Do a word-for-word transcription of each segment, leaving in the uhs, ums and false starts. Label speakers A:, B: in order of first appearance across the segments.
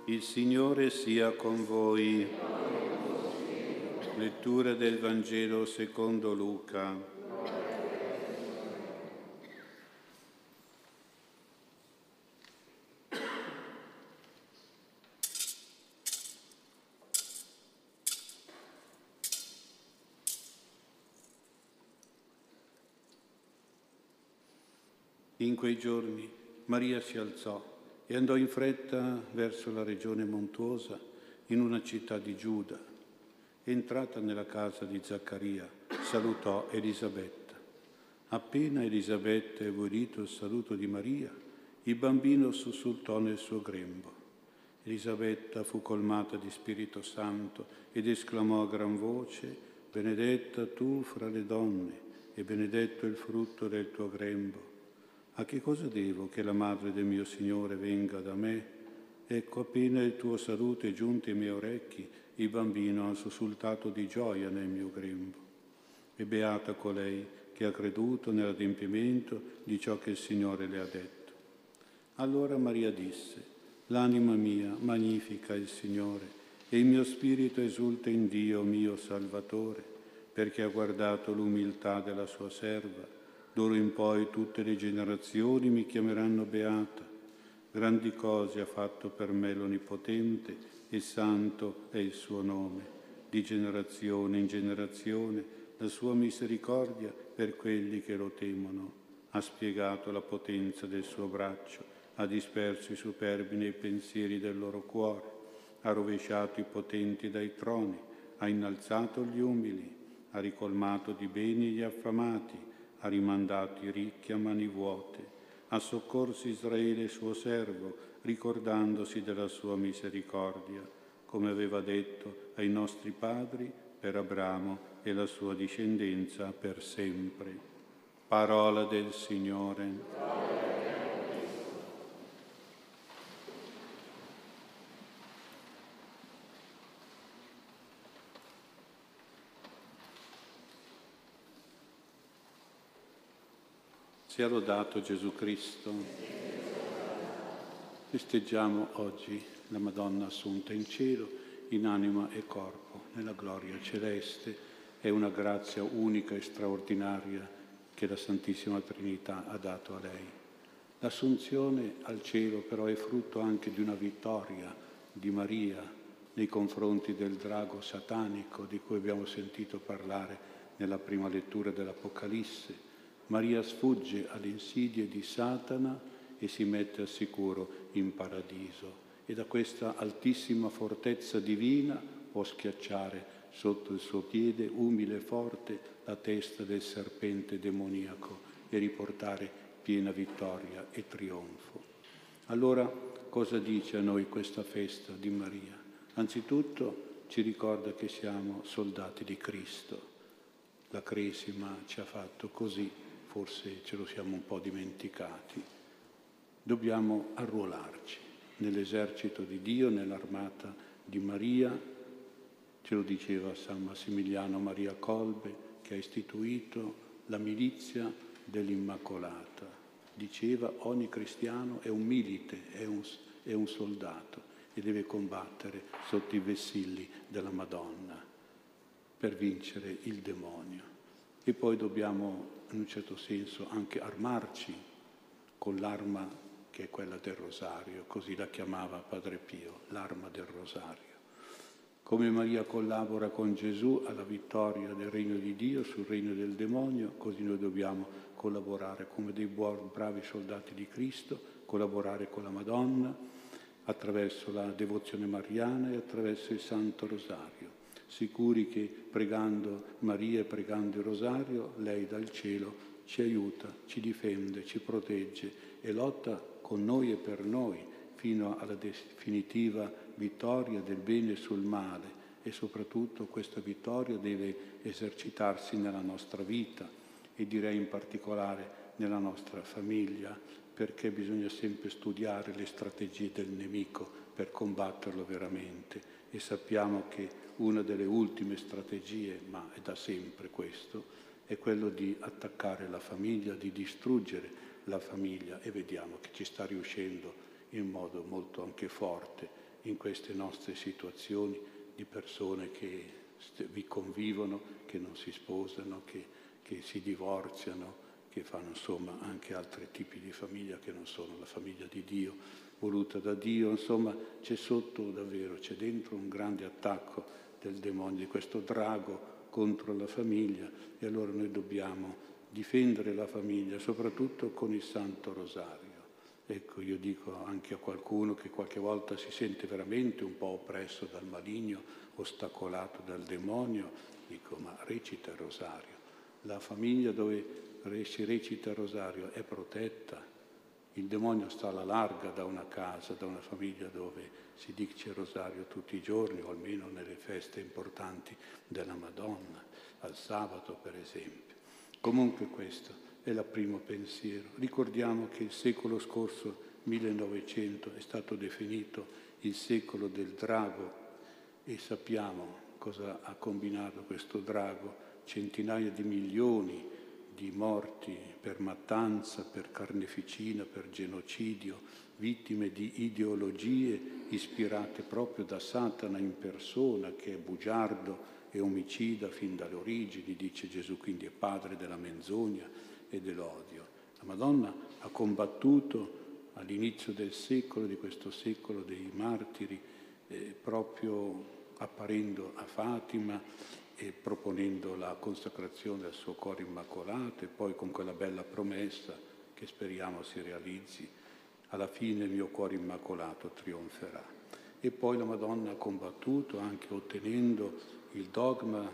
A: Il Signore sia con voi. Lettura del Vangelo secondo Luca. In quei giorni Maria si alzò e andò in fretta verso la regione montuosa in una città di Giuda. Entrata nella casa di Zaccaria, salutò Elisabetta. Appena Elisabetta ebbe udito il saluto di Maria, il bambino sussultò nel suo grembo. Elisabetta fu colmata di Spirito Santo ed esclamò a gran voce: «Benedetta tu fra le donne e benedetto il frutto del tuo grembo. A che cosa devo che la madre del mio Signore venga da me? Ecco, appena il tuo saluto è giunto ai miei orecchi, il bambino ha sussultato di gioia nel mio grembo. E beata colei che ha creduto nell'adempimento di ciò che il Signore le ha detto». Allora Maria disse: «L'anima mia magnifica il Signore, e il mio spirito esulta in Dio mio Salvatore, perché ha guardato l'umiltà della sua serva. D'ora in poi tutte le generazioni mi chiameranno beata. Grandi cose ha fatto per me l'Onnipotente, e santo è il suo nome. Di generazione in generazione la sua misericordia per quelli che lo temono. Ha spiegato la potenza del suo braccio, ha disperso i superbi nei pensieri del loro cuore, ha rovesciato i potenti dai troni, ha innalzato gli umili, ha ricolmato di beni gli affamati, ha rimandato i ricchi a mani vuote, ha soccorso Israele suo servo, ricordandosi della sua misericordia, come aveva detto ai nostri padri per Abramo e la sua discendenza per sempre». Parola del Signore. Sia lodato Gesù Cristo. Festeggiamo oggi la Madonna assunta in cielo, in anima e corpo, nella gloria celeste. È una grazia unica e straordinaria che la Santissima Trinità ha dato a lei. L'assunzione al cielo però è frutto anche di una vittoria di Maria nei confronti del drago satanico di cui abbiamo sentito parlare nella prima lettura dell'Apocalisse. Maria sfugge alle insidie di Satana e si mette al sicuro in paradiso, e da questa altissima fortezza divina può schiacciare sotto il suo piede umile e forte la testa del serpente demoniaco e riportare piena vittoria e trionfo. Allora, cosa dice a noi questa festa di Maria? Anzitutto ci ricorda che siamo soldati di Cristo. La Cresima ci ha fatto così. Forse ce lo siamo un po' dimenticati. Dobbiamo arruolarci nell'esercito di Dio, nell'armata di Maria. Ce lo diceva San Massimiliano Maria Kolbe, che ha istituito la milizia dell'Immacolata. Diceva: ogni cristiano è un milite, è un, è un soldato e deve combattere sotto i vessilli della Madonna per vincere il demonio. E poi dobbiamo, in un certo senso, anche armarci con l'arma che è quella del rosario, così la chiamava Padre Pio, l'arma del rosario. Come Maria collabora con Gesù alla vittoria del regno di Dio sul regno del demonio, così noi dobbiamo collaborare come dei buoni, bravi soldati di Cristo, collaborare con la Madonna attraverso la devozione mariana e attraverso il Santo Rosario, sicuri che pregando Maria e pregando il Rosario, lei dal cielo ci aiuta, ci difende, ci protegge e lotta con noi e per noi fino alla definitiva vittoria del bene sul male, e soprattutto questa vittoria deve esercitarsi nella nostra vita e direi in particolare nella nostra famiglia, perché bisogna sempre studiare le strategie del nemico per combatterlo veramente, e sappiamo che una delle ultime strategie, ma è da sempre questo, è quello di attaccare la famiglia, di distruggere la famiglia, e vediamo che ci sta riuscendo in modo molto anche forte in queste nostre situazioni di persone che vi convivono, che non si sposano, che, che si divorziano, che fanno insomma anche altri tipi di famiglia che non sono la famiglia di Dio, voluta da Dio. Insomma, c'è sotto davvero, c'è dentro un grande attacco del demonio, di questo drago contro la famiglia, e allora noi dobbiamo difendere la famiglia, soprattutto con il Santo Rosario. Ecco, io dico anche a qualcuno che qualche volta si sente veramente un po' oppresso dal maligno, ostacolato dal demonio, dico, ma recita il Rosario. La famiglia dove si recita il Rosario è protetta. Il demonio sta alla larga da una casa, da una famiglia dove si dice il Rosario tutti i giorni, o almeno nelle feste importanti della Madonna, al sabato per esempio. Comunque questo è il primo pensiero. Ricordiamo che il secolo scorso, millenovecento, è stato definito il secolo del drago, e sappiamo cosa ha combinato questo drago: centinaia di milioni di morti per mattanza, per carneficina, per genocidio, vittime di ideologie ispirate proprio da Satana in persona, che è bugiardo e omicida fin dalle origini, dice Gesù, quindi è padre della menzogna e dell'odio. La Madonna ha combattuto all'inizio del secolo, di questo secolo dei martiri, eh, proprio apparendo a Fatima e proponendo la consacrazione al suo cuore immacolato, e poi con quella bella promessa che speriamo si realizzi: alla fine il mio cuore immacolato trionferà. E poi la Madonna ha combattuto anche ottenendo il dogma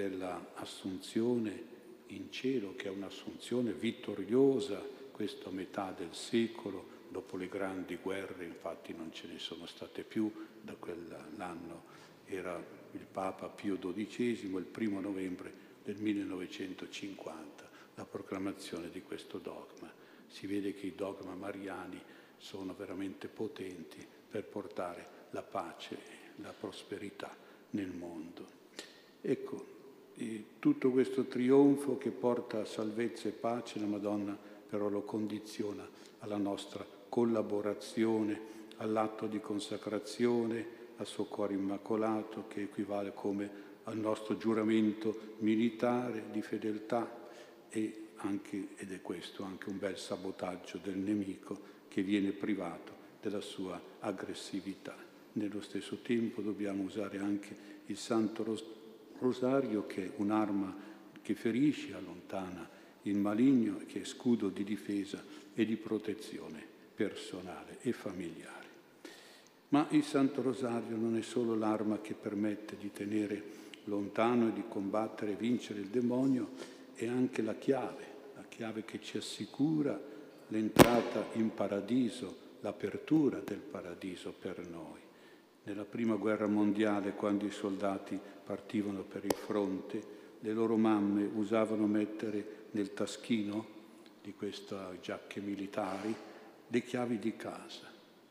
A: dell'assunzione in cielo, che è un'assunzione vittoriosa, questo a metà del secolo, dopo le grandi guerre. Infatti non ce ne sono state più da quell'anno. Era il Papa Pio dodicesimo, il primo novembre del millenovecentocinquanta, la proclamazione di questo dogma. Si vede che i dogma mariani sono veramente potenti per portare la pace e la prosperità nel mondo. Ecco, e tutto questo trionfo che porta a salvezza e pace, la Madonna però lo condiziona alla nostra collaborazione, all'atto di consacrazione al suo cuore immacolato, che equivale come al nostro giuramento militare di fedeltà, e anche, ed è questo anche un bel sabotaggio del nemico, che viene privato della sua aggressività. Nello stesso tempo dobbiamo usare anche il Santo Rosario, che è un'arma che ferisce, allontana il maligno, che è scudo di difesa e di protezione personale e familiare. Ma il Santo Rosario non è solo l'arma che permette di tenere lontano e di combattere e vincere il demonio, è anche la chiave, la chiave che ci assicura l'entrata in paradiso, l'apertura del paradiso per noi. Nella Prima Guerra Mondiale, quando i soldati partivano per il fronte, le loro mamme usavano mettere nel taschino di queste giacche militari le chiavi di casa,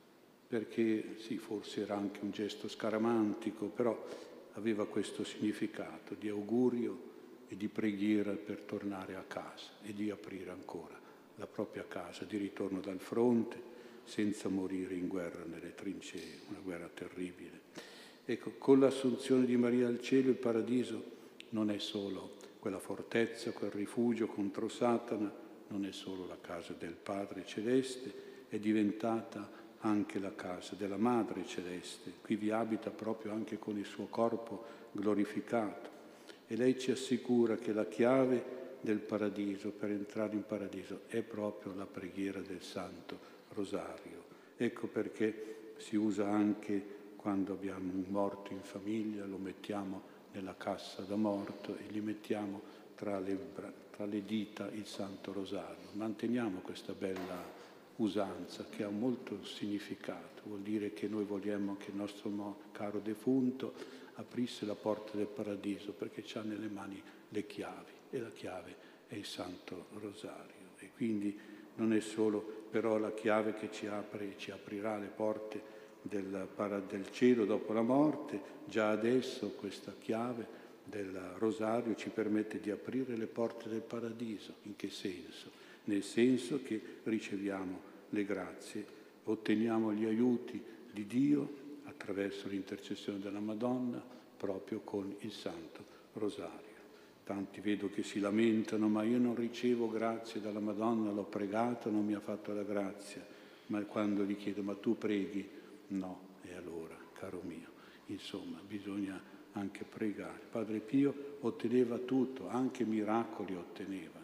A: perché sì, forse era anche un gesto scaramantico, però aveva questo significato di augurio e di preghiera per tornare a casa e di aprire ancora la propria casa, di ritorno dal fronte, senza morire in guerra nelle trincee, una guerra terribile. Ecco, con l'assunzione di Maria al cielo, il paradiso non è solo quella fortezza, quel rifugio contro Satana, non è solo la casa del Padre Celeste, è diventata anche la casa della Madre Celeste. Qui vi abita proprio anche con il suo corpo glorificato. E lei ci assicura che la chiave del paradiso, per entrare in paradiso, è proprio la preghiera del Santo Rosario. Ecco perché si usa anche quando abbiamo un morto in famiglia, lo mettiamo nella cassa da morto e gli mettiamo tra le, tra le dita il Santo Rosario. Manteniamo questa bella usanza che ha molto significato. Vuol dire che noi vogliamo che il nostro caro defunto aprisse la porta del paradiso, perché ha nelle mani le chiavi, e la chiave è il Santo Rosario. E quindi non è solo però la chiave che ci apre, ci aprirà le porte del, del cielo dopo la morte. Già adesso questa chiave del Rosario ci permette di aprire le porte del paradiso. In che senso? Nel senso che riceviamo le grazie, otteniamo gli aiuti di Dio attraverso attraverso l'intercessione della Madonna, proprio con il Santo Rosario. Tanti vedo che si lamentano, ma io non ricevo grazie dalla Madonna, l'ho pregata, non mi ha fatto la grazia. Ma quando gli chiedo, ma tu preghi? No. E allora, caro mio, insomma, bisogna anche pregare. Padre Pio otteneva tutto, anche miracoli otteneva,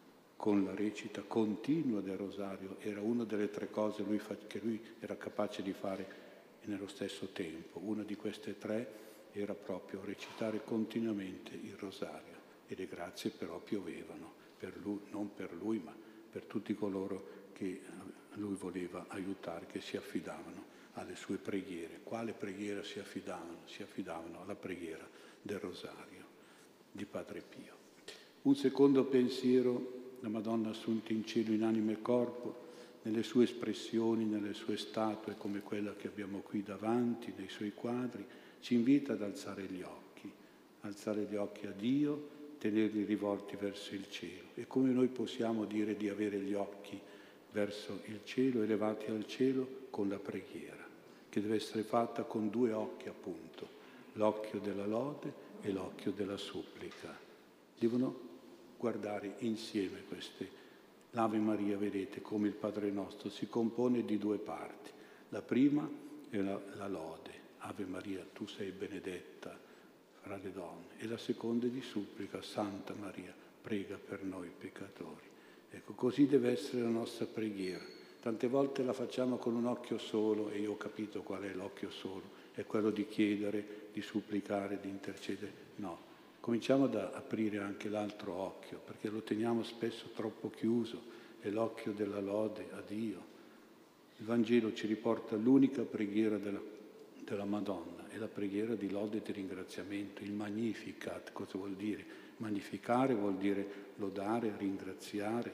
A: con la recita continua del Rosario. Era una delle tre cose lui fa- che lui era capace di fare nello stesso tempo. Una di queste tre era proprio recitare continuamente il Rosario. E le grazie però piovevano, per lui, non per lui, ma per tutti coloro che lui voleva aiutare, che si affidavano alle sue preghiere. Quale preghiera si affidavano? Si affidavano alla preghiera del Rosario di Padre Pio. Un secondo pensiero, la Madonna assunta in cielo in anima e corpo, nelle sue espressioni, nelle sue statue come quella che abbiamo qui davanti, nei suoi quadri, ci invita ad alzare gli occhi, alzare gli occhi a Dio, tenerli rivolti verso il cielo. E come noi possiamo dire di avere gli occhi verso il cielo, elevati al cielo? Con la preghiera, che deve essere fatta con due occhi appunto, l'occhio della lode e l'occhio della supplica. Devono guardare insieme queste. L'Ave Maria, vedete, come il Padre nostro, si compone di due parti. La prima è la, la lode. Ave Maria, tu sei benedetta fra le donne. E la seconda è di supplica. Santa Maria, prega per noi peccatori. Ecco, così deve essere la nostra preghiera. Tante volte la facciamo con un occhio solo, e io ho capito qual è l'occhio solo, è quello di chiedere, di supplicare, di intercedere. No, cominciamo ad aprire anche l'altro occhio, perché lo teniamo spesso troppo chiuso, è l'occhio della lode a Dio. Il Vangelo ci riporta l'unica preghiera della, della Madonna, è la preghiera di lode e di ringraziamento, il Magnificat. Cosa vuol dire? Magnificare vuol dire lodare, ringraziare,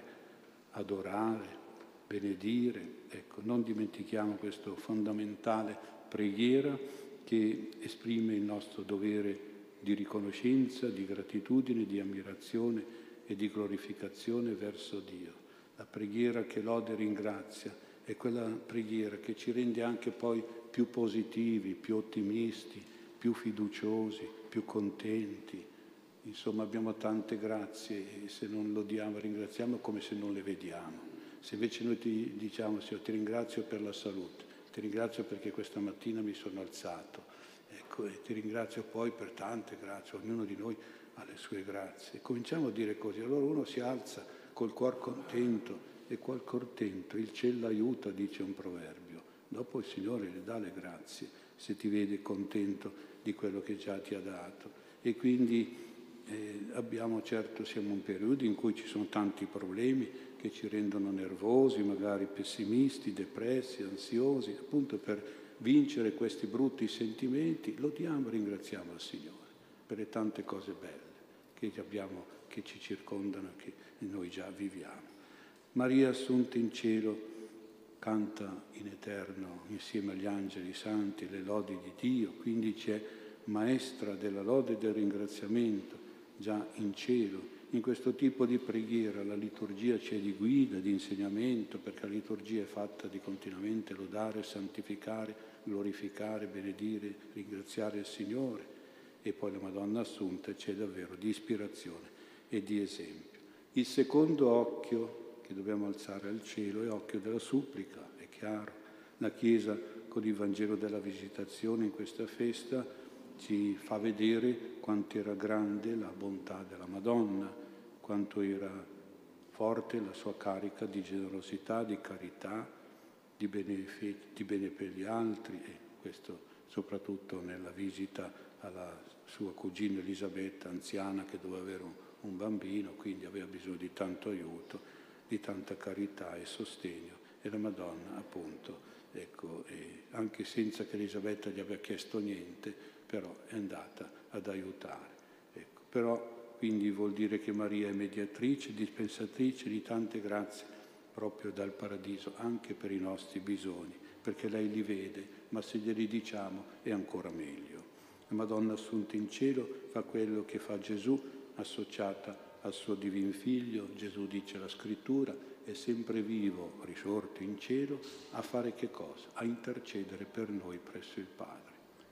A: adorare, benedire. Ecco, non dimentichiamo questa fondamentale preghiera che esprime il nostro dovere di riconoscenza, di gratitudine, di ammirazione e di glorificazione verso Dio. La preghiera che lode e ringrazia è quella preghiera che ci rende anche poi più positivi, più ottimisti, più fiduciosi, più contenti. Insomma, abbiamo tante grazie e se non lodiamo e ringraziamo è come se non le vediamo. Se invece noi ti diciamo, Signore, ti ringrazio per la salute, ti ringrazio perché questa mattina mi sono alzato, ecco, e ti ringrazio poi per tante grazie, ognuno di noi ha le sue grazie. E cominciamo a dire così, allora uno si alza col cuor contento, e qual contento, il cielo aiuta, dice un proverbio. Dopo il Signore le dà le grazie, se ti vede contento di quello che già ti ha dato. E quindi eh, abbiamo, certo, siamo in un periodo in cui ci sono tanti problemi che ci rendono nervosi, magari pessimisti, depressi, ansiosi. Appunto per vincere questi brutti sentimenti, lodiamo e ringraziamo il Signore per le tante cose belle che abbiamo, che ci circondano, che noi già viviamo. Maria assunta in cielo canta in eterno insieme agli angeli santi le lodi di Dio, quindi c'è maestra della lode e del ringraziamento già in cielo. In questo tipo di preghiera la liturgia c'è di guida, di insegnamento, perché la liturgia è fatta di continuamente lodare, santificare, glorificare, benedire, ringraziare il Signore. E poi la Madonna Assunta c'è davvero di ispirazione e di esempio. Il secondo occhio che dobbiamo alzare al cielo è occhio della supplica, è chiaro. La Chiesa con il Vangelo della Visitazione in questa festa ci fa vedere quanto era grande la bontà della Madonna, quanto era forte la sua carica di generosità, di carità, di bene, di bene per gli altri, e questo soprattutto nella visita alla sua cugina Elisabetta, anziana, che doveva avere un, un bambino, quindi aveva bisogno di tanto aiuto, di tanta carità e sostegno. E la Madonna, appunto, ecco, e anche senza che Elisabetta gli abbia chiesto niente, però è andata ad aiutare. Ecco, però quindi vuol dire che Maria è mediatrice, dispensatrice di tante grazie proprio dal paradiso, anche per i nostri bisogni, perché lei li vede, ma se glieli diciamo è ancora meglio. La Madonna Assunta in cielo fa quello che fa Gesù, associata al suo divin Figlio. Gesù, dice la Scrittura, è sempre vivo, risorto in cielo, a fare che cosa? A intercedere per noi presso il Padre.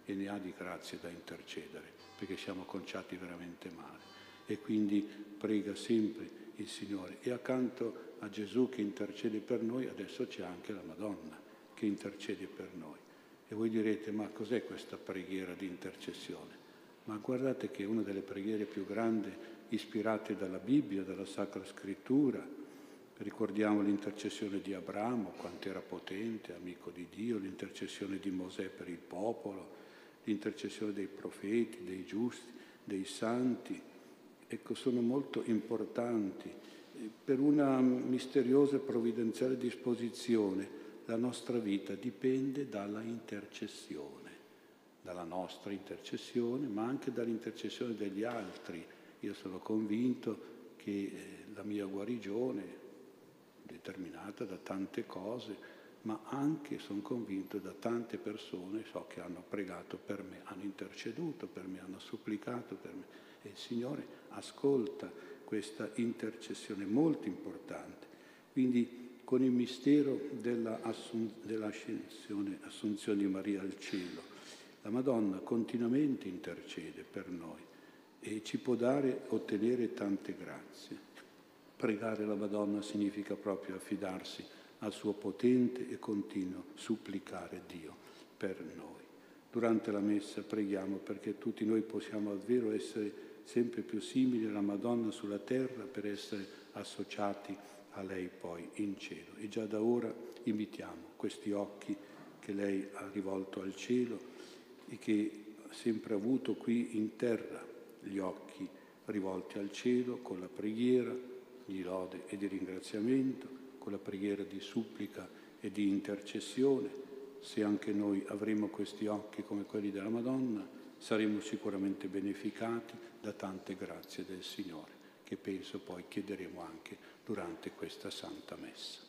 A: e ne ha di grazie da intercedere, perché siamo conciati veramente male. E quindi prega sempre il Signore. E accanto a Gesù che intercede per noi, adesso c'è anche la Madonna che intercede per noi. E voi direte, ma cos'è questa preghiera di intercessione? Ma guardate che è una delle preghiere più grandi ispirate dalla Bibbia, dalla Sacra Scrittura. Ricordiamo l'intercessione di Abramo, quanto era potente, amico di Dio, l'intercessione di Mosè per il popolo, l'intercessione dei profeti, dei giusti, dei santi. Ecco, sono molto importanti. Per una misteriosa e provvidenziale disposizione, la nostra vita dipende dalla intercessione, dalla nostra intercessione, ma anche dall'intercessione degli altri. Io sono convinto che la mia guarigione determinata da tante cose, ma anche sono convinto da tante persone, so che hanno pregato per me, hanno interceduto per me, hanno supplicato per me. E il Signore ascolta questa intercessione molto importante. Quindi con il mistero dell'ascensione, assunzione di Maria al cielo, la Madonna continuamente intercede per noi e ci può dare, ottenere tante grazie. Pregare la Madonna significa proprio affidarsi al suo potente e continuo supplicare Dio per noi. Durante la Messa preghiamo perché tutti noi possiamo davvero essere sempre più simili alla Madonna sulla terra per essere associati a lei poi in cielo. E già da ora invitiamo questi occhi che lei ha rivolto al cielo e che ha sempre avuto qui in terra, gli occhi rivolti al cielo con la preghiera di lode e di ringraziamento, con la preghiera di supplica e di intercessione. Se anche noi avremo questi occhi come quelli della Madonna, saremo sicuramente beneficati da tante grazie del Signore, che penso poi chiederemo anche durante questa Santa Messa.